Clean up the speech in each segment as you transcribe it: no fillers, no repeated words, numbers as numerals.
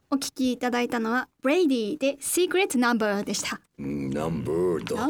お聞きいただいたのはブレイディで Secret Number でした。 ナンバーだ。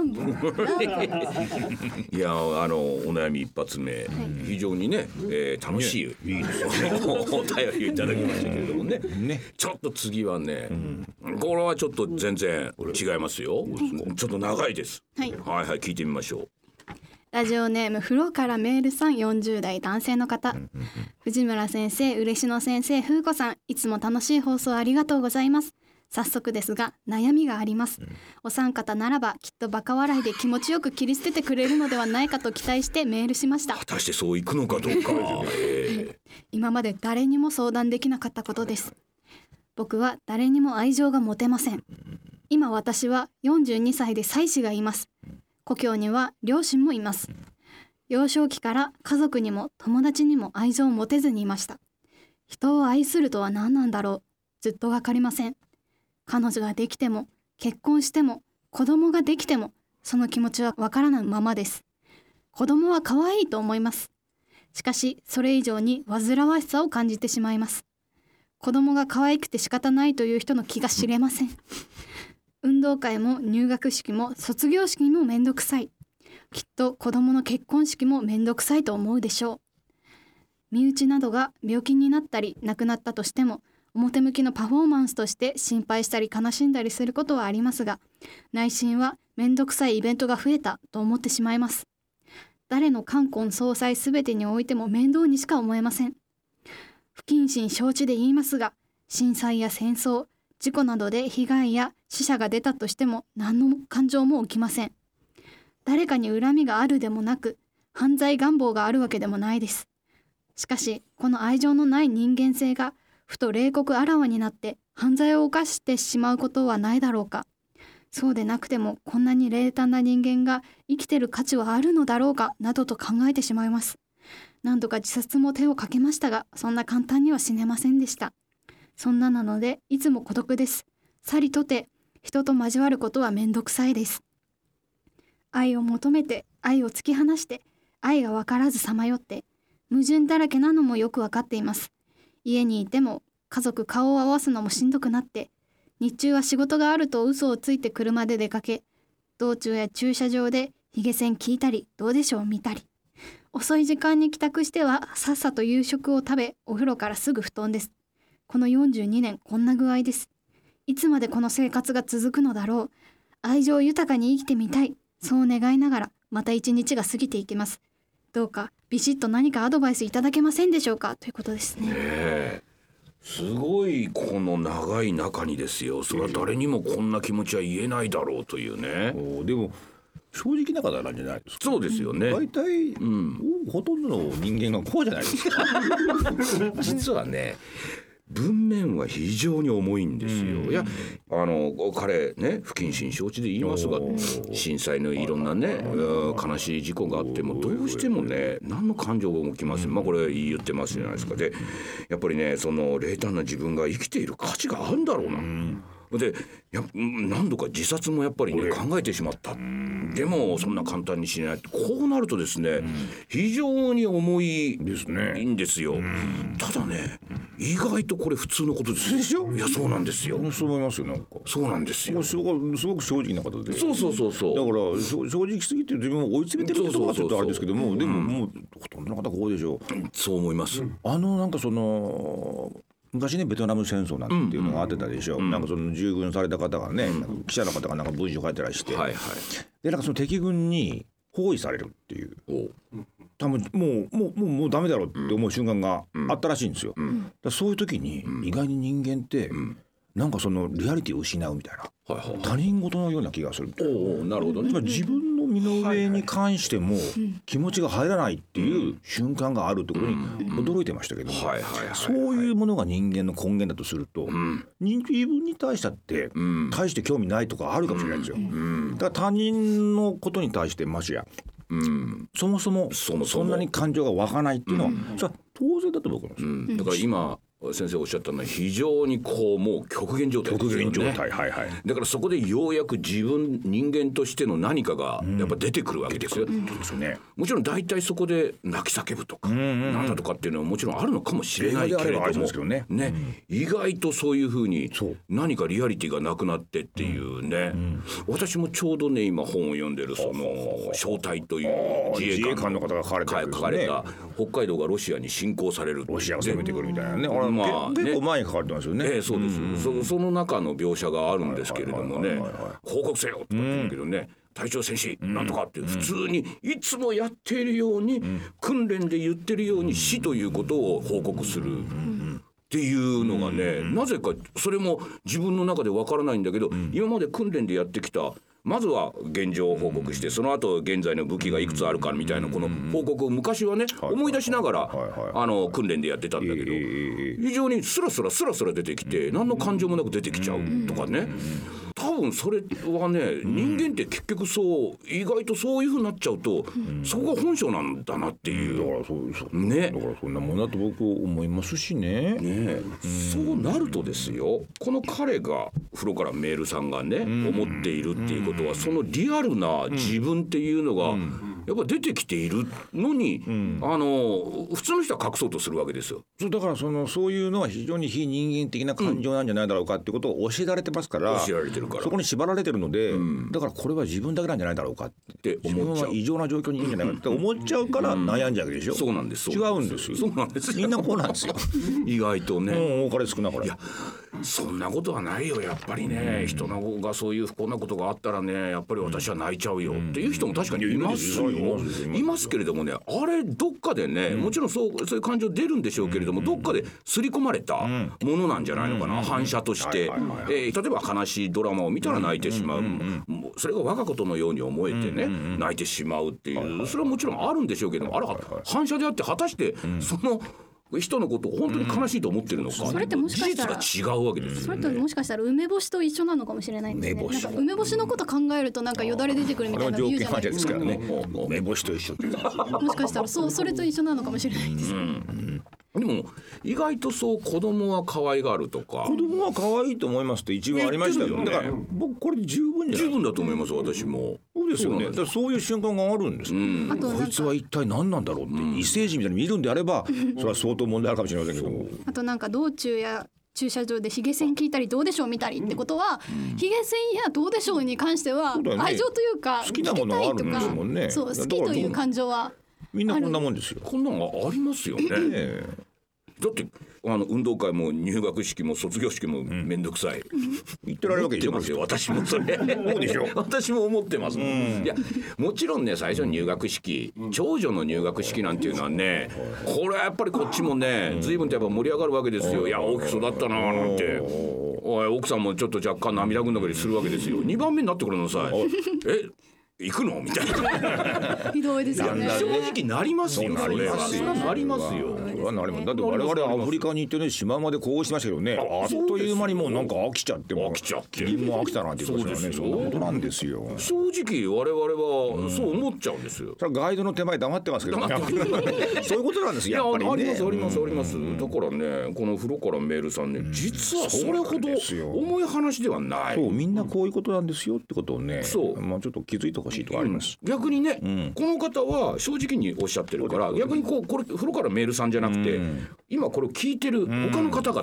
いやお悩み一発目、非常にね、楽しい、いいですよねお便りいただきましたけれどもねちょっと次はね、これはちょっと全然違いますよ。ちょっと長いです。はいはい聞いてみましょう。 ラジオネーム風呂からメールさん、40代男性の方。藤村先生、嬉野先生、風子さん、いつも楽しい放送ありがとうございます。早速ですが悩みがあります。お三方ならばきっとバカ笑いで気持ちよく切り捨ててくれるのではないかと期待してメールしました。 果たしてそういくのかどうか今まで誰にも相談できなかったことです。僕は誰にも愛情が持てません。今私は42歳で妻子がいます。故郷には両親もいます。幼少期から家族にも友達にも愛情を持てずにいました。人を愛するとは何なんだろう、ずっとわかりません。彼女ができても結婚しても子供ができてもその気持ちはわからないままです。子供は可愛いと思います。しかしそれ以上に煩わしさを感じてしまいます。子供が可愛くて仕方ないという人の気が知れません。運動会も入学式も卒業式もめんどくさい。きっと子供の結婚式もめんどくさいと思うでしょう。身内などが病気になったり亡くなったとしても表向きのパフォーマンスとして心配したり悲しんだりすることはありますが、内心はめんどくさいイベントが増えたと思ってしまいます。誰の冠婚葬祭すべてにおいても面倒にしか思えません。不謹慎承知で言いますが、震災や戦争、事故などで被害や死者が出たとしても何の感情も起きません。誰かに恨みがあるでもなく、犯罪願望があるわけでもないです。しかし、この愛情のない人間性がふと冷酷あらわになって犯罪を犯してしまうことはないだろうか。そうでなくてもこんなに冷淡な人間が生きてる価値はあるのだろうかなどと考えてしまいます。何度か自殺も手をかけましたが、そんな簡単には死ねませんでした。そんななのでいつも孤独です。さりとて人と交わることはめんどくさいです。愛を求めて愛を突き放して愛が分からずさまよって矛盾だらけなのもよく分かっています。家にいても家族顔を合わすのもしんどくなって、日中は仕事があると嘘をついて車で出かけ、道中や駐車場でヒゲ線聞いたりどうでしょう見たり、遅い時間に帰宅してはさっさと夕食を食べお風呂からすぐ布団です。この42年こんな具合です。いつまでこの生活が続くのだろう。愛情豊かに生きてみたい、そう願いながらまた一日が過ぎていきます。どうかビシッと何かアドバイスいただけませんでしょうか、ということですね。 すごいこの長い中にですよ、それは誰にもこんな気持ちは言えないだろうというね。 でも正直な方なんじゃないですか。 そうですよね。 大体、ほとんどの人間がこうじゃないですか実はね、文面は非常に重いんですよ。いや彼ね、不謹慎承知で言いますが、震災のいろんなね悲しい事故があってもどうしてもね何の感情が起きません。これ言ってますじゃないですか。でやっぱりね、その冷淡な自分が生きている価値があるんだろうな。で何度か自殺もやっぱりね考えてしまった。でもそんな簡単に死ねない。こうなるとですね、非常に重いですね。いいんですよ。ただね、意外とこれ普通のことですでしょ。 いやそうなんですよ。 そう思いますよ。なんかそうなんですよ。 すごく正直な方で。 そうだから正直すぎて自分を追い詰めてるってところはちょっとあれですけども、でももうほとんどの方こうでしょう。 そう思います。 なんかその昔ね、ベトナム戦争なんていうのがあってたでしょ。なんかその従軍された方がね、記者の方がなんか文章書いてらして、でなんかその敵軍に包囲されるっていう、多分もうダメだろうって思う瞬間があったらしいんですよ。だそういう時に意外に人間ってなんかそのリアリティを失うみたいな、他人事のような気がするみたいな。 なるほどね。 自分の身の上に関しても気持ちが入らないっていう瞬間があるってことに驚いてましたけども、そういうものが人間の根源だとすると、自分に対して大して興味ないとかあるかもしれないんですよ。だから他人のことに対してましや、そもそもそんなに感情が湧かないっていうのは、それは当然だと僕は思います。 だから今先生おっしゃったのは非常にこうもう極限状態ですよね。 極限状態、はいはい。 だからそこでようやく人間としての何かがやっぱ出てくるわけですよ、もちろん大体そこで泣き叫ぶとか、なんだとかっていうのはもちろんあるのかもしれないけれどもね、 意外とそういうふうに何かリアリティがなくなってっていうね、私もちょうどね今本を読んでるその正体という自衛官の方が書かれた北海道がロシアに侵攻される、 ロシアが攻めてくるみたいなね、結構前に書かれてますよね。 そうです、その中の描写があるんですけれどもね、報告せよとかって言うけどね、隊長戦士なんとかって普通にいつもやっているように、訓練で言ってるように死ということを報告するっていうのがね、なぜかそれも自分の中でわからないんだけど、今まで訓練でやってきたまずは現状を報告して、その後現在の武器がいくつあるかみたいなこの報告を昔はね思い出しながら訓練でやってたんだけど、非常にスラスラ出てきて何の感情もなく出てきちゃうとかね、多分それはね、人間って結局そう意外とそういう風になっちゃうと、そこが本性なんだなっていう、 だからそんなものだと僕思いますしね。 そうなるとですよ、この彼が風呂からメールさんがね、思っているっていうことは、そのリアルな自分っていうのがやっぱ出てきているのに、普通の人は隠そうとするわけですよ。 そうだからそういうのは非常に非人間的な感情なんじゃないだろうかってことを教えられてますから、 教えられてるからそこに縛られてるので、だからこれは自分だけなんじゃないだろうかって思っちゃう、自分は異常な状況にいるんじゃないかって思っちゃうから悩んじゃうわけでしょ。 そうなんです。 違うんですよ。 そうなんです。 みんなこうなんですよ。 意外とね、 多かれ少なかれ。 いやそんなことはないよやっぱりね、人の方がそういう不幸なことがあったらね、やっぱり私は泣いちゃうよっていう人も確かにいますよ、いますけれどもね、あれどっかでね、もちろんそういう感情出るんでしょうけれども、どっかで刷り込まれたものなんじゃないのかな、反射として。例えば悲しいドラマを見たら泣いてしまう、それが我がことのように思えてね、泣いてしまうっていう、それはもちろんあるんでしょうけども、あれは反射であって、果たしてその人のことを本当に悲しいと思ってるのか、 それってもしかしたら事実が違うわけですよね。 それってもしかしたら梅干しと一緒なのかもしれないんですね。なんか梅干しのこと考えるとなんかよだれ出てくるみたいな言うじゃないですか。 梅干しと一緒ってもしかしたらそれと一緒なのかもしれないです。 でも意外とそう子供は可愛がるとか、 子供は可愛いと思いますって一文ありましたよね。だから僕これで十分だと思います。私もそうですよね。だからそういう瞬間があるんです。こいつは一体何なんだろうって異星人みたいに見るんであれば、それは相当問題あるかもしれませんけども、 あとなんか道中や駐車場でヒゲ線聞いたりどうでしょう見たりってことは、ヒゲ線やどうでしょうに関しては愛情というか、 好きなものがあるんですもんね。 そう、好きという感情はみんなこんなもんですよ。 こんなのがありますよね。だって運動会も入学式も卒業式もめんどくさい、 言ってられるわけでしょ。 私もそれそうでしょ。 私も思ってます。いやもちろんね、最初の入学式、長女の入学式なんていうのはね、これはやっぱりこっちもね随分とやっぱ盛り上がるわけですよ。いや大きく育ったななんて、おい奥さんもちょっと若干涙ぐんだりするわけですよ。2番目になってくるのさ、行くのみたいなひどいですよね。 正直なりますよ。 なりますよ。 なりますよ。 だって我々はアフリカに行ってね、島までこうしましたけどね、あっという間にもうなんか飽きちゃって、君も飽きたなんて言いますよね。そんなことなんですよ。 正直我々はそう思っちゃうんですよ。 それはガイドの手前黙ってますけどね。そういうことなんですよ。やっぱりね。 あります。だからね、この風呂からメールさんね、実はそれほど重い話ではない。 そう、みんなこういうことなんですよってことをね、まあちょっと気づいてほしいとかあります。 逆にね、この方は正直におっしゃってるから、逆にこれ風呂からメールさんじゃなくて、今これを聞いてる他の方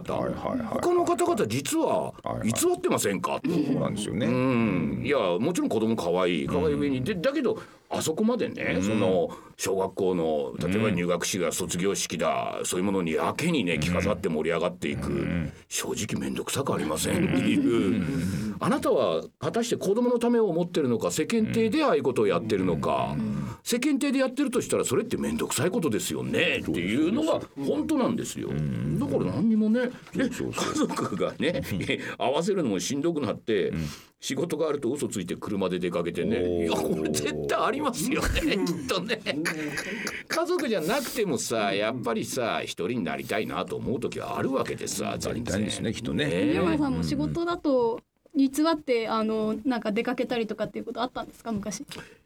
々、実は偽ってませんか。 そうなんですよね。 いやもちろん子供可愛い上にだけどあそこまでね、その小学校の例えば入学式が卒業式だ、そういうものにやけにね着飾って盛り上がっていく、正直面倒くさくありませんっていう、あなたは果たして子供のためを思ってるのか、世間体でああいうことをやってるのか、世間体でやってるとしたらそれって面倒くさいことですよねっていうのが本当なんですよ。だから何にもね、家族がね合わせるのもしんどくなって、仕事があると嘘ついて車で出かけてね、いやこれ絶対ありますよねきっとね。家族じゃなくてもさ、やっぱりさ一人になりたいなと思う時はあるわけでさ、 全然ですねきっとね。 山田さんも仕事だと偽ってなんか出かけたりとかっていうことあったんですか昔。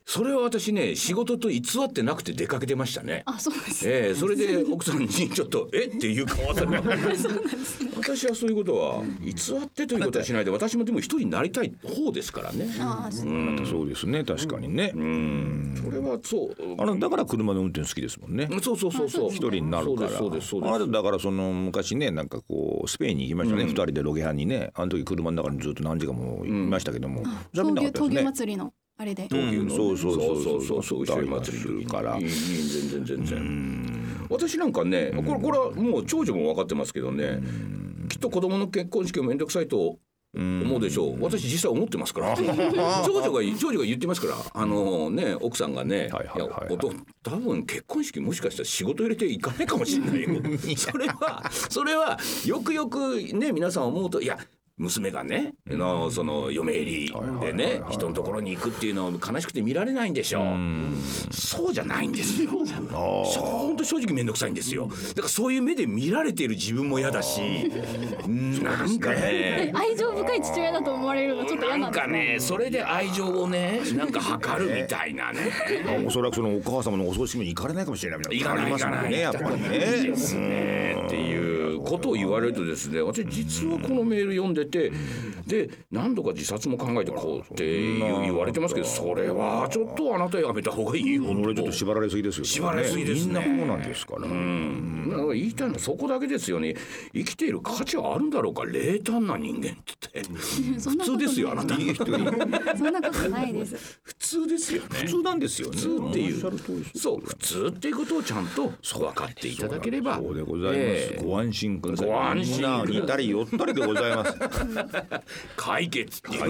それは私ね仕事と偽ってなくて出かけてましたね。 あ、そうです。 それで奥さんにちょっとっていう顔をされて私はそういうことは偽ってということはしないで、私もでも一人になりたい方ですからね。 そうですね、確かにね。 それはそうだから車の運転好きですもんね。 そう一人になるから。 そうですだからその昔ね、なんかこうスペインに行きましたね、2人でロケハンにね。あの時車の中にずっと何時間もいましたけども、 闘牛祭りのあれで、 そう一緒に祭りするから全然私なんかね、これはもう長女も分かってますけどね、きっと子供の結婚式をめんどくさいと思うでしょう。私実際思ってますから長女が言ってますから、奥さんがね、多分結婚式もしかしたら仕事入れていかないかもしれないよそれはよくよくね皆さん思うと、いや娘がねその嫁入りでね人のところに行くっていうのを悲しくて見られないんでしょう。そうじゃないんですよ。本当正直めんどくさいんですよ。だからそういう目で見られている自分も嫌だし、なんかね愛情深い父親だと思われるのちょっと嫌なんです。 なんかねそれで愛情をねなんか測るみたいなねおそらくそのお母様のお葬式に行かれないかもしれないみたいな。 行かないやっぱりねですねっていうことを言われるとですね、私実はこのメール読んでて、で何度か自殺も考えてこうって言われてますけど、それはちょっとあなたやめた方がいいよ。 俺ちょっと縛られすぎですよね。 縛られすぎですね。 みんなそうなんですから。 言いたいのはそこだけですよね。生きている価値はあるんだろうか、冷淡な人間って普通ですよ。あなたそんなことないです。 普通ですよね。 普通なんですよね。 普通っていう、そう普通っていうことをちゃんと分かっていただければ。 そうでございます。ご安心ください。 ご安心。 似たり寄ったりでございます解決久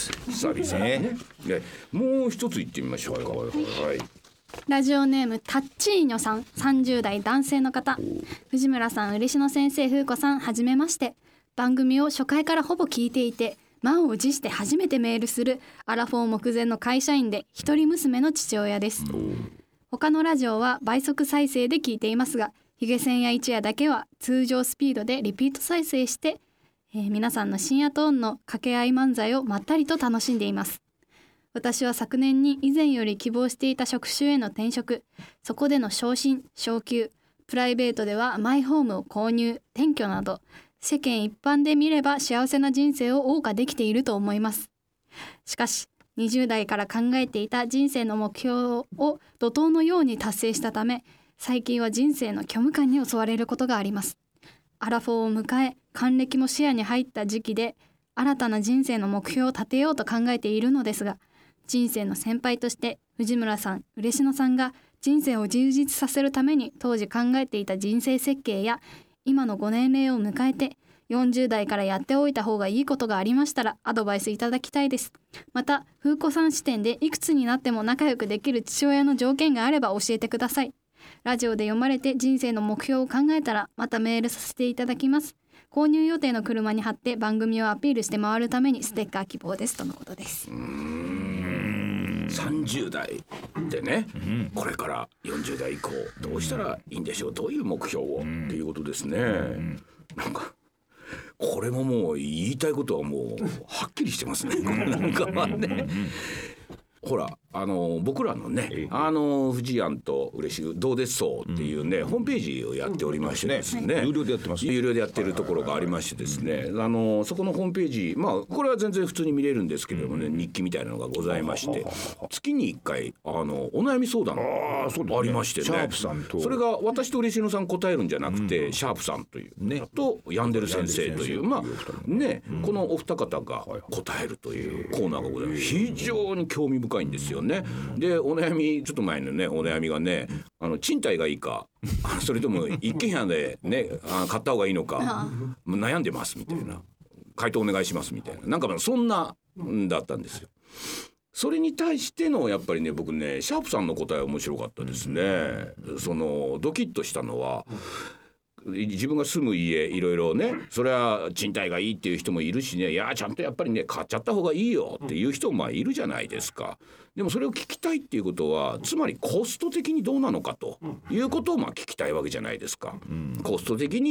々ね。もう一つ言ってみましょうか。 ラジオネームタッチーニョさん、30代男性の方。藤村さん、嬉野先生、風子さん、はじめまして。番組を初回からほぼ聞いていて、満を持して初めてメールするアラフォー目前の会社員で一人娘の父親です。他のラジオは倍速再生で聞いていますが、ヒゲセンや一夜だけは通常スピードでリピート再生して、皆さんの深夜トーンの掛け合い漫才をまったりと楽しんでいます。私は昨年に以前より希望していた職種への転職、そこでの昇進、昇給、プライベートではマイホームを購入、転居など、世間一般で見れば幸せな人生を謳歌できていると思います。しかし、20代から考えていた人生の目標を怒涛のように達成したため、最近は人生の虚無感に襲われることがあります。アラフォーを迎え、還暦も視野に入った時期で、新たな人生の目標を立てようと考えているのですが、人生の先輩として藤村さん、嬉野さんが人生を充実させるために当時考えていた人生設計や今のご年齢を迎えて40代からやっておいた方がいいことがありましたらアドバイスいただきたいです。また風子さん視点でいくつになっても仲良くできる父親の条件があれば教えてください。ラジオで読まれて人生の目標を考えたらまたメールさせていただきます。購入予定の車に貼って番組をアピールして回るためにステッカー希望ですとのことです。 30代でね、これから40代以降どうしたらいいんでしょう、どういう目標を、っていうことですね。なんかこれももう言いたいことはもうはっきりしてますね。なんかまあねほら僕らのね藤庵と嬉しくどうですそうっていうね、ホームページをやっておりましてですね、 有料でやってます。 有料でやってるところがありましてですね、そこのホームページ、これは全然普通に見れるんですけれどもね、日記みたいなのがございまして、月に1回お悩み相談がありましてね、 シャープさんとそれが私と嬉野さん答えるんじゃなくて、シャープさんというねとヤンデル先生というね、このお二方が答えるというコーナーがございます。非常に興味深いんですよね。でお悩みちょっと前のねお悩みがね、賃貸がいいかそれとも一軒家でね買った方がいいのか悩んでますみたいな、回答お願いしますみたいな、なんかそんなだったんですよ。それに対してのやっぱりね、僕ねシャープさんの答え面白かったですね。そのドキッとしたのは、自分が住む家いろいろね、それは賃貸がいいっていう人もいるしね、いやちゃんとやっぱりね買っちゃった方がいいよっていう人もいるじゃないですか。でもそれを聞きたいっていうことはつまりコスト的にどうなのかということを聞きたいわけじゃないですか。コスト的に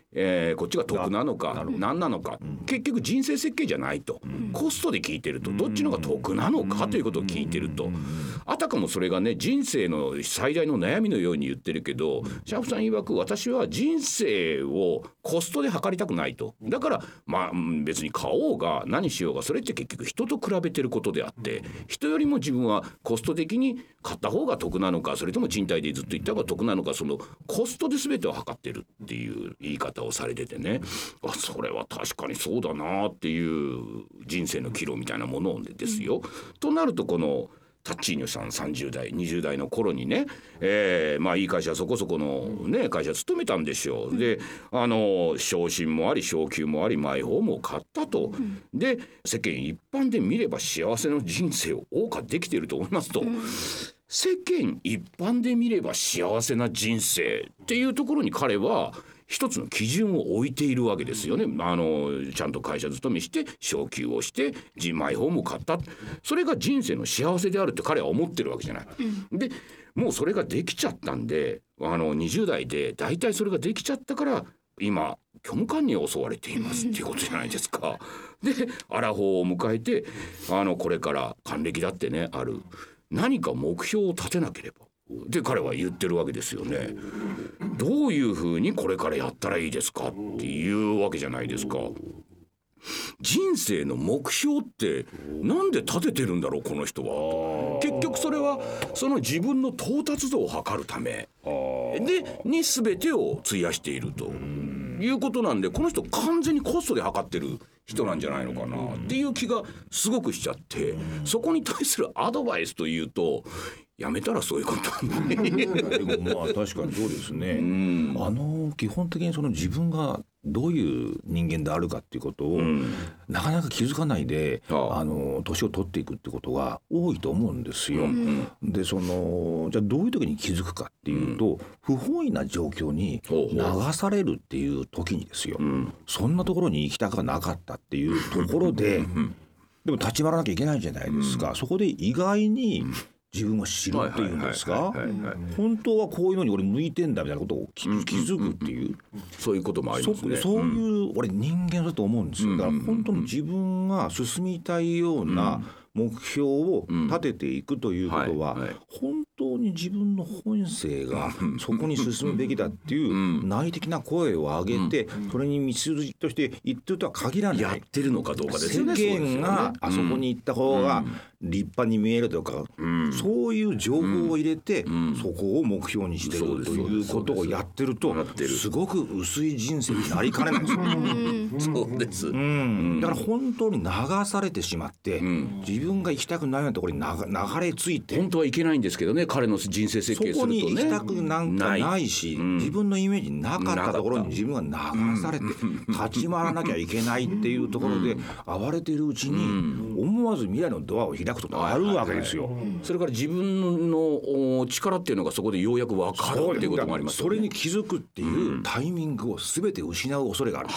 こっちが得なのか何なのか、結局人生設計じゃないと、コストで聞いてるとどっちのが得なのかということを聞いてると、あたかもそれがね人生の最大の悩みのように言ってるけど、シャープさん曰く私は人生をコストで測りたくないと。だから別に買おうが何しようがそれって結局人と比べてることであって、人よりも自分はコスト的に買った方が得なのか、それとも賃貸でずっと行った方が得なのか、そのコストで全てを測ってるっていう言い方をされててね、それは確かにそうだなっていう人生の岐路みたいなものですよ。となるとこのタッチーニョさん30代20代の頃にね、いい会社そこそこの、ね、会社勤めたんでしょう。で昇進もあり昇給もありマイホームを買ったと。で世間一般で見れば幸せの人生を謳歌できていると思いますと、世間一般で見れば幸せな人生っていうところに彼は一つの基準を置いているわけですよね。ちゃんと会社勤めして昇給をしてマイホームを買った、それが人生の幸せであるって彼は思ってるわけじゃない。でもうそれができちゃったんで、20代で大体それができちゃったから今虚無感に襲われていますっていうことじゃないですか。でアラフォーを迎えてこれから還暦だってねある、何か目標を立てなければで彼は言ってるわけですよね。どういうふうにこれからやったらいいですかっていうわけじゃないですか。人生の目標ってなんで立ててるんだろうこの人は。結局それはその自分の到達度を測るために全てを費やしているということなんで、この人完全にコストで測ってる人なんじゃないのかなっていう気がすごくしちゃって、そこに対するアドバイスというとやめたらそういうことでも確かにそうですね。基本的にその自分がどういう人間であるかっていうことを、なかなか気づかないで年を取っていくってことが多いと思うんですよ。でじゃあどういう時に気づくかっていうと、不本意な状況に流されるっていう時にですよ、そんなところに行きたくなかったっていうところででも立ち回らなきゃいけないじゃないですか。そこで意外に自分を知るっていうんですか、本当はこういうのに俺向いてんだみたいなことを気づくっていう、 そういうこともありますね。 そういう俺人間だと思うんですよ。だから本当に自分が進みたいような目標を立てていくということは、本当に自分の本性がそこに進むべきだっていう内的な声を上げて、それに道筋として言ってるとは限らない。 やってるのかどうかですよね。 世間があそこに行った方が立派に見えるとか、そういう情報を入れてそこを目標にしてるということをやってると、すごく薄い人生になりかねないんですよ。 そうです。 だから本当に流されてしまって、自分が行きたくないようなところに流れ着いて、 本当はいけないんですけどね、彼の人生設計するとね、 そこに行きたくなんかないし、自分のイメージなかったところに自分が流されて立ち回らなきゃいけないっていうところで暴れているうちに思わず未来のドアを開くとあるわけですよ。 それから自分の力っていうのがそこでようやく分かるっていうこともありますよね。 それに気づくっていうタイミングを全て失う恐れがある。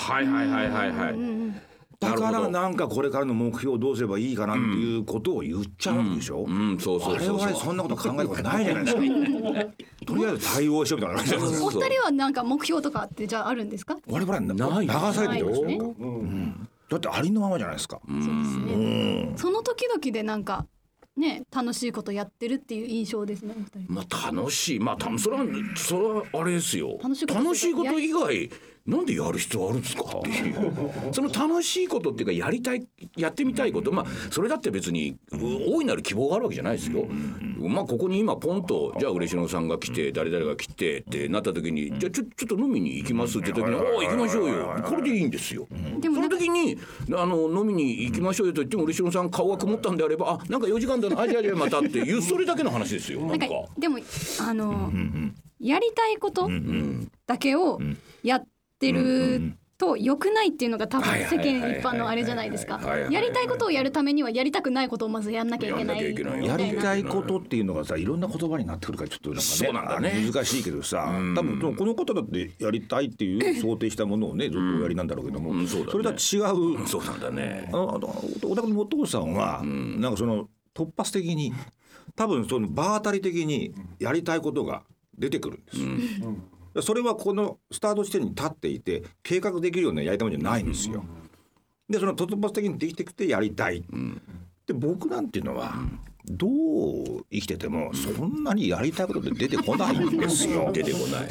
だからなんかこれからの目標をどうすればいいかなっていうことを言っちゃうんでしょ。我々そんなこと考えることないじゃないですか。とりあえず対応しようみたいな感じです。 お二人はなんか目標とかってじゃああるんですか？ 我々は流されてるんですよ。だってありのままじゃないですか。 そうですね。その時々でなんかね、楽しいことやってるっていう印象ですね。 楽しい、それはあれですよ。楽しいこと以外なんでやる必要あるんですかっていうその楽しいことっていうかやってみたいこと、それだって別に大いなる希望があるわけじゃないですよ。ここに今ポンとじゃあ嬉野さんが来て誰々が来てってなった時に、じゃあちょっと飲みに行きますって時に行きましょうよ、これでいいんですよ。その時に飲みに行きましょうよと言っても嬉野さん顔が曇ったんであれば、なんか4時間だな、じゃあまたっていうそれだけの話ですよ。 でもやりたいことだけをやってると良くないっていうのが多分世間一般のあれじゃないですか。やりたいことをやるためにはやりたくないことをまずやんなきゃいけない。 やりたいことっていうのがさ、いろんな言葉になってくるからちょっと難しいけどさ、多分この方だってやりたいっていう想定したものをねずっとおやりなんだろうけども、それとは違う。 そうなんだね。 お宅のお父さんはなんかその突発的に多分その場当たり的にやりたいことが出てくるんです。 それはこのスタート地点に立っていて計画できるようなやりたいものじゃないんですよ。でその突発的にできてきてやりたい、で僕なんていうのは、どう生きててもそんなにやりたいことって出てこないんですよ。 出てこない。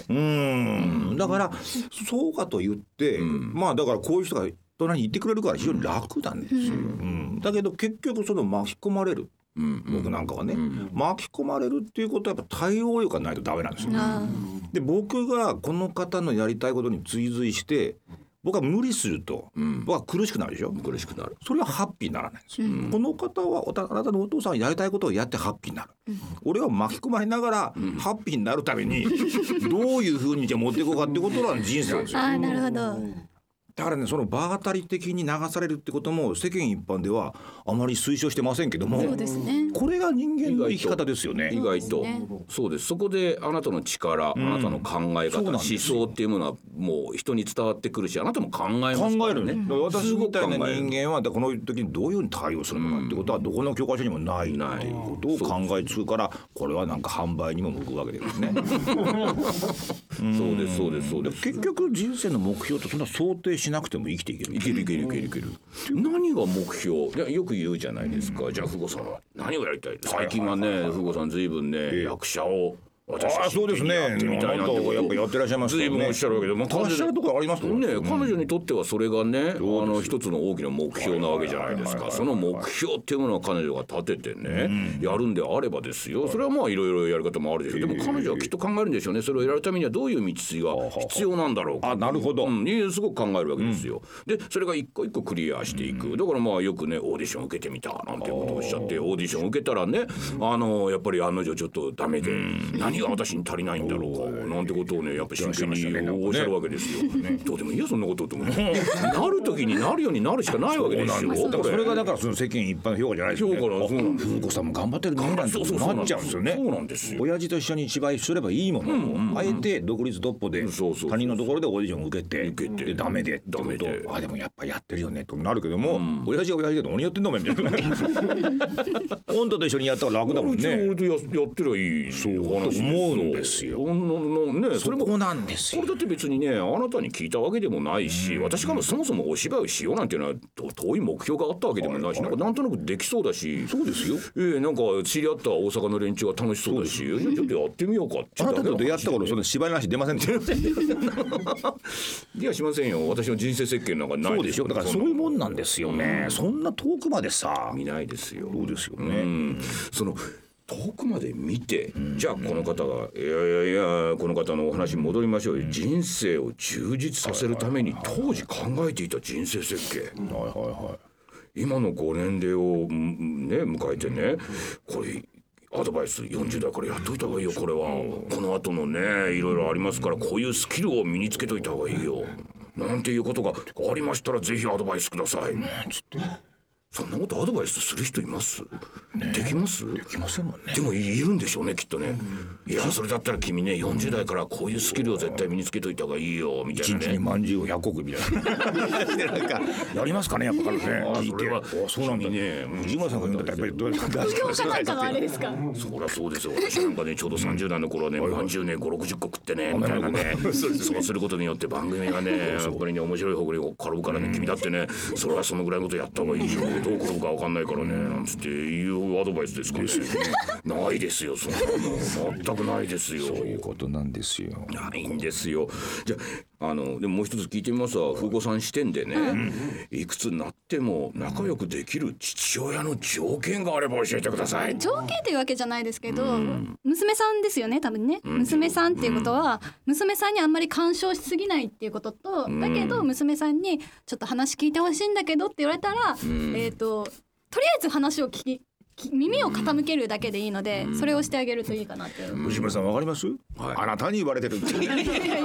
だからそうかと言って、まあだからこういう人が隣にいてくれるから非常に楽なんですよ。だけど結局その巻き込まれる。僕なんかはね、巻き込まれるっていうことはやっぱ対応力がないとダメなんですよ。で僕がこの方のやりたいことに追随して僕は無理すると、僕は苦しくなるでしょ。 苦しくなる。 それはハッピーにならないんですよ。この方はあなたのお父さんがやりたいことをやってハッピーになる。俺は巻き込まれながら、ハッピーになるためにどういうふうにじゃ持っていこうかってことが人生なんですよ。 なるほど。 だからねその場当たり的に流されるってことも世間一般ではあまり推奨してませんけども、 そうですね、 これが人間の生き方ですよね。 意外とそうです。そこであなたの力、あなたの考え方、思想っていうものはもう人に伝わってくるし、あなたも考えますからね。 私みたいな人間はこの時にどういうふうに対応するのかってことはどこの教科書にもないっていうことを考えつくから、これはなんか販売にも向くわけですね。 そうですそうですそうです。 結局人生の目標ってそんな想定しなくても生きていける。 いける。何が目標？よく言うじゃないですか。じゃあ富豪さんは何をやりたい？最近はね、富豪さんずいぶんね、役者を私そうですね。やってらっしゃいますね。 随分おっしゃるわけで、 おっしゃるところありますね。彼女にとってはそれがね、一つの大きな目標なわけじゃないですか。その目標っていうものは彼女が立ててね、やるんであればですよ。それはまあいろいろやり方もあるでしょう。でも彼女はきっと考えるんでしょうね。それをやるためにはどういう道筋が必要なんだろうか。 なるほど。 すごく考えるわけですよ。でそれが一個一個クリアしていく。だからまあよくねオーディション受けてみたなんてことをおっしゃって、オーディション受けたらね、やっぱり案の定ちょっとダメで、何が私に足りないんだろうかなんてことをねやっぱ真剣におっしゃるわけですよ。どうでもいいやそんなことと思ってなる時になるようになるしかないわけですよ。 それがだからその世間一般の評価じゃないですよね。風子さんも頑張ってるねなんてなっちゃうんですよね。 そうなんですよ。 親父と一緒に芝居すればいいものをあえて独立独歩で他人のところでオーディションを受けてでダメででもやっぱやってるよねとなるけども、親父は親父で何やってんのお前みたいな。本当と一緒にやったら楽だもんね。 俺とやってりゃいいそう思うんですよ。 それもこなんですよ。 これだって別にねあなたに聞いたわけでもないし、私からもそもそもお芝居をしようなんていうのは遠い目標があったわけでもないし、なんとなくできそうだし。 そうですよ。 なんか知り合った大阪の連中が楽しそうだし、ちょっとやってみようかって。 あなたと出会った頃その芝居の話出ませんでしたいやしませんよ。私の人生設計なんかないですよ。 だからそういうもんなんですよね。そんな遠くまでさ見ないですよ。 そうですよね。 その遠くまで見て、じゃあこの方がいやこの方のお話に戻りましょうよ。人生を充実させるために当時考えていた人生設計、今のご年齢をね迎えてね、これアドバイス40代からやっといた方がいいよ。これはこの後のねいろいろありますから、こういうスキルを身につけといた方がいいよなんていうことがありましたらぜひアドバイスください。そんなことアドバイスする人います？できます？ できませんもんね。 でもいるんでしょうねきっとね。いやそれだったら君ね40代からこういうスキルを絶対身につけといた方がいいよみたいなね。 1日にまんじゅうを100個みたいななんかやりますかねやっぱりね。 それはそうなんだね。藤村さんが言うんだったらやっぱりどうですか。 なんかのあれですか。 そりゃそうですよ。私なんかねちょうど30代の頃はねまんじゅうね5、60個食ってねみたいなね。そうすることによって番組がねやっぱりね面白い方向に転ぶからね、君だってねそれはそのぐらいのことやった方がいいよ。どう転ぶか分かんないからねなんつっていうアドバイスですかね。ないですよ。そんなの全くないですよ。 そういうことなんですよ。 ないんですよ。じゃあでももう一つ聞いてみますわ。風子さん視点でね、いくつになっても仲良くできる父親の条件があれば教えてください。 条件というわけじゃないですけど、娘さんですよね多分ね。娘さんっていうことは、娘さんにあんまり干渉しすぎないっていうことと、だけど娘さんにちょっと話聞いてほしいんだけどって言われたら、とりあえず話を耳を傾けるだけでいいので、それをしてあげるといいかなって。 藤村さんわかります？あなたに言われてる。いや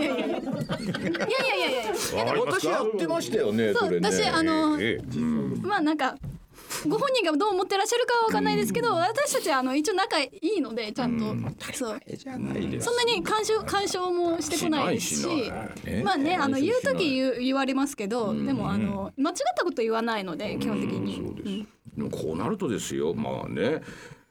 私やってましたよね。 そう、私まあなんかご本人がどう思ってらっしゃるかは分かんないですけど、私たちは一応仲いいのでちゃんと、そうそんなに干渉もしてこないですし、まあね言う時言われますけど、でも間違ったこと言わないので基本的に。 でもこうなるとですよ、まあね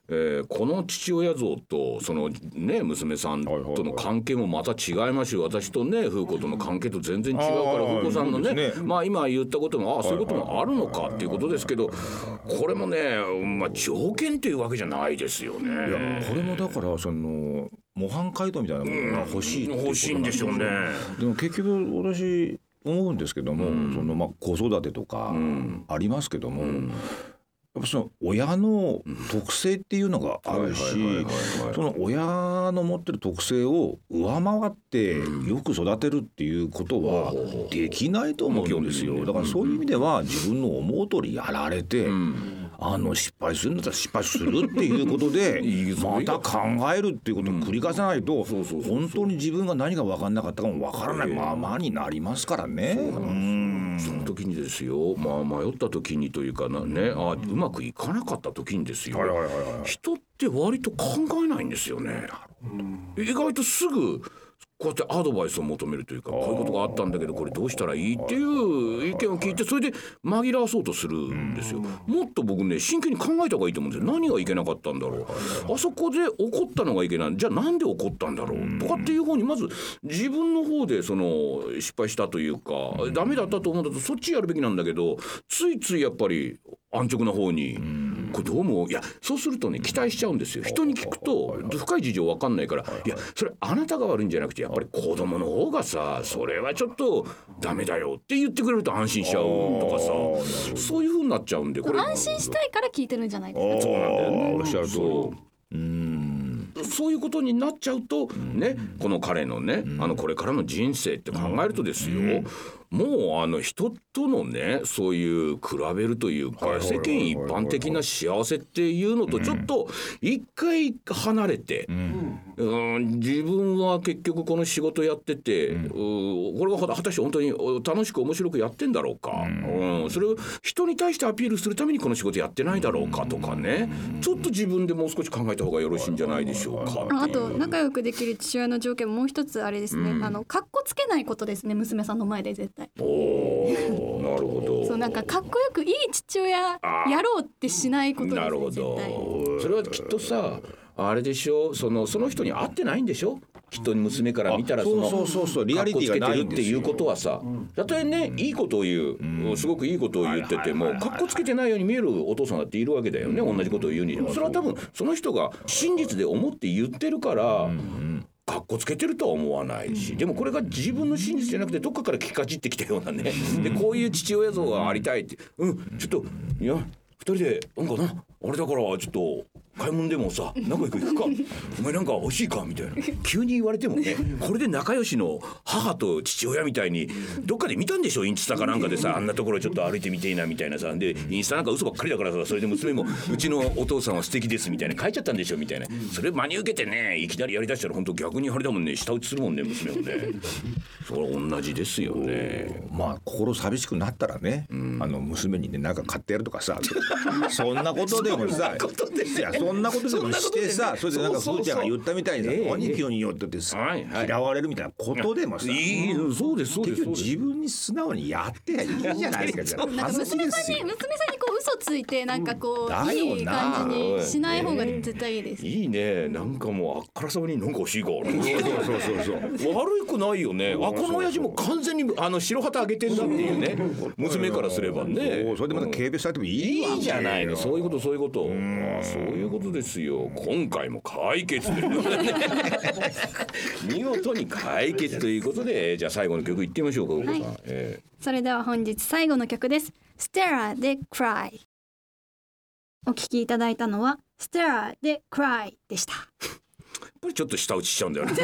この父親像とそのね娘さんとの関係もまた違いますし、私とね風子との関係と全然違うから風子さんのねまあ今言ったこともそういうこともあるのかっていうことですけど、これもねまあ条件というわけじゃないですよね。 いやこれもだからその模範解答みたいなものが欲しいっていうことなんですよ。 欲しいんでしょうね。 でも結局私思うんですけども、そのまあ子育てとかありますけども、やっぱその親の特性っていうのがあるし、その親の持ってる特性を上回ってよく育てるっていうことはできないと思うんですよ。だからそういう意味では自分の思う通りやられて、失敗するんだったら失敗するっていうことでまた考えるっていうことを繰り返さないと本当に自分が何が分かんなかったかも分からないままになりますからね。 その時にですよ、まあ迷った時にというかね、うまくいかなかった時にですよ、人って割と考えないんですよね。意外とすぐこうやってアドバイスを求めるというか、こういうことがあったんだけどこれどうしたらいいっていう意見を聞いて、それで紛らわそうとするんですよ。もっと僕ね真剣に考えた方がいいと思うんですよ。何がいけなかったんだろう、あそこで怒ったのがいけない、じゃあなんで怒ったんだろうとかっていう方にまず自分の方でその失敗したというかダメだったと思うんだとそっちやるべきなんだけど、ついついやっぱり安直な方にこれどうも、いやそうするとね期待しちゃうんですよ。人に聞くと深い事情分かんないから、いやそれあなたが悪いんじゃなくてやっぱり子供の方がさそれはちょっとダメだよって言ってくれると安心しちゃうとかさ、そういう風になっちゃうんで、これ安心したいから聞いてるんじゃないですか。 そうなんだよね。 おっしゃる通り。 そういうことになっちゃうとね、この彼のねこれからの人生って考えるとですよ、もう人とのねそういう比べるというか世間一般的な幸せっていうのとちょっと一回離れて、自分は結局この仕事やってて、これが果たして本当に楽しく面白くやってんだろうか、それを人に対してアピールするためにこの仕事やってないだろうかとかね、ちょっと自分でもう少し考えた方がよろしいんじゃないでしょうか。 あと仲良くできる父親の条件もう一つあれですね、かっこつけないことですね。娘さんの前で絶対。 なるほど。 そうなんかかっこよくいい父親やろうってしないことですね。 なるほど。それはきっとさあれでしょ、その人に会ってないんでしょ。きっと娘から見たらそうリアリティがないんですよ。 っていうことはさ、たとえねいいことを言う、すごくいいことを言っててもかっこつけてないように見えるお父さんだっているわけだよね。同じことを言うにでもそれは多分その人が真実で思って言ってるからかっこつけてるとは思わないし、でもこれが自分の真実じゃなくてどっかから聞かじってきたようなね、でこういう父親像がありたいって、ちょっといや2人でなんかなあれだからちょっと買い物でもさ仲良く行くかお前なんか欲しいかみたいな急に言われてもね、これで仲良しの母と父親みたいにどっかで見たんでしょ、インスタかなんかでさあんなところちょっと歩いてみていいなみたいなさ、でインスタなんか嘘ばっかりだからさ、それで娘もうちのお父さんは素敵ですみたいな書いちゃったんでしょみたいな、それ真に受けてねいきなりやりだしたら本当逆にあれだもんね、舌打ちするもんね娘もね。それ同じですよね。 まあ心寂しくなったらね、娘にねなんか買ってやるとかさそんなことでもさいやそんなことでもしてさ、それでなんかふーちゃんが言ったみたいにさ兄貴によってって嫌われるみたいなことでもさ、 そうです結局自分に素直にやっていいじゃないですか。 娘さんにこう嘘ついてなんかこういい感じにしない方が絶対いいです。 いいね。なんかもうあっからさまになんか欲しいかそう悪くないよね。この親父も完全に白旗あげてんだっていうね娘からすればね、 それでまた軽蔑されてもいいじゃないの。そういうことそういうことですよ。今回も解決ということでね見事に解決ということで、じゃあ最後の曲いってみましょうか。 それでは本日最後の曲です。ステラで Cry。 お聴きいただいたのはステラで Cry でした。 やっぱりちょっと舌打ちしちゃうんだよね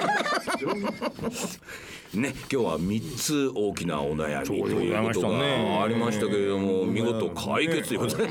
ね、今日は3つ大きなお悩みということがありましたけれども、見事解決ということ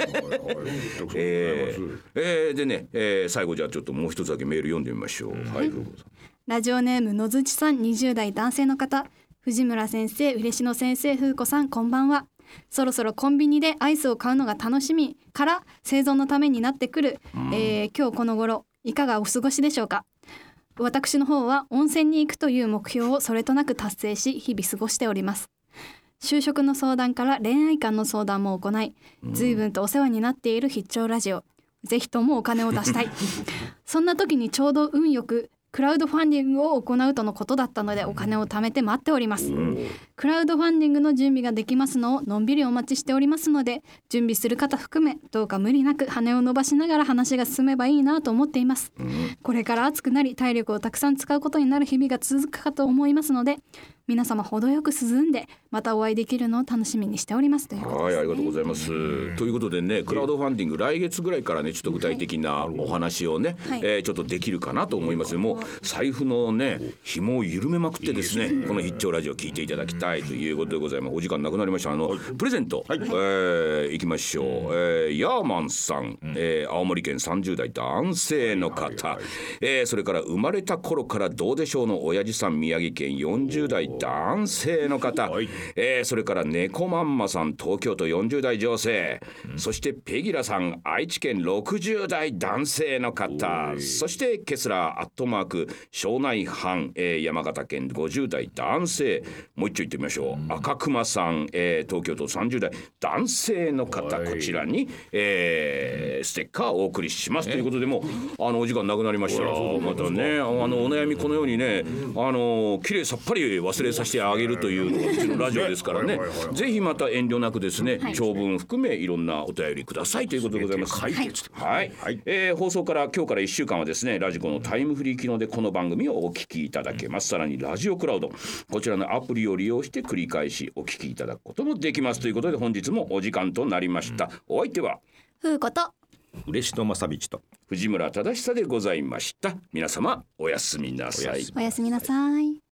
ででね、最後じゃあちょっともう一つだけメール読んでみましょう。 ラジオネームのずちさん、20代男性の方。藤村先生、嬉野先生、風子さん、こんばんは。そろそろコンビニでアイスを買うのが楽しみから生存のためになってくる、今日この頃いかがお過ごしでしょうか。私の方は温泉に行くという目標をそれとなく達成し日々過ごしております。就職の相談から恋愛観の相談も行い、随分とお世話になっている必聴ラジオ。 ぜひともお金を出したいそんな時にちょうど運よくクラウドファンディングを行うとのことだったので、お金を貯めて待っております。クラウドファンディングの準備ができますのをのんびりお待ちしておりますので、準備する方含めどうか無理なく羽を伸ばしながら話が進めばいいなと思っています。これから暑くなり体力をたくさん使うことになる日々が続くかと思いますので、皆様程よく涼んでまたお会いできるのを楽しみにしておりますということですね。 はい、ありがとうございます。ということでね、クラウドファンディング来月ぐらいからねちょっと具体的なお話をね、ちょっとできるかなと思います。もう財布のね紐を緩めまくってですね、この必聴ラジオ聞いていただきたいということでございます。お時間なくなりました。プレゼント、いきましょう。ヤーマンさん、青森県30代男性の方、それから生まれた頃からどうでしょうの親父さん宮城県40代男性の方、それから猫まんまさん東京都40代女性、そしてペギラさん愛知県60代男性の方、そしてケスラーアットマーク庄内藩、山形県50代男性、もう一丁言ってみましょう。赤熊さん、東京都30代男性の方、こちらに、ステッカーをお送りしますということで、もお時間なくなりました。またねお悩みこのようにねきれいさっぱり忘れさせてあげるというのがうちのラジオですからねぜひまた遠慮なくですね、長文含めいろんなお便りくださいということでございます。放送から今日から1週間はですねラジコのタイムフリー機能でこの番組をお聞きいただけます。さらにラジオクラウド、こちらのアプリを利用して繰り返しお聞きいただくこともできますということで、本日もお時間となりました。お相手はふうこと嬉野正道と藤村忠久でございました。皆様おやすみなさい。 おやすみなさい。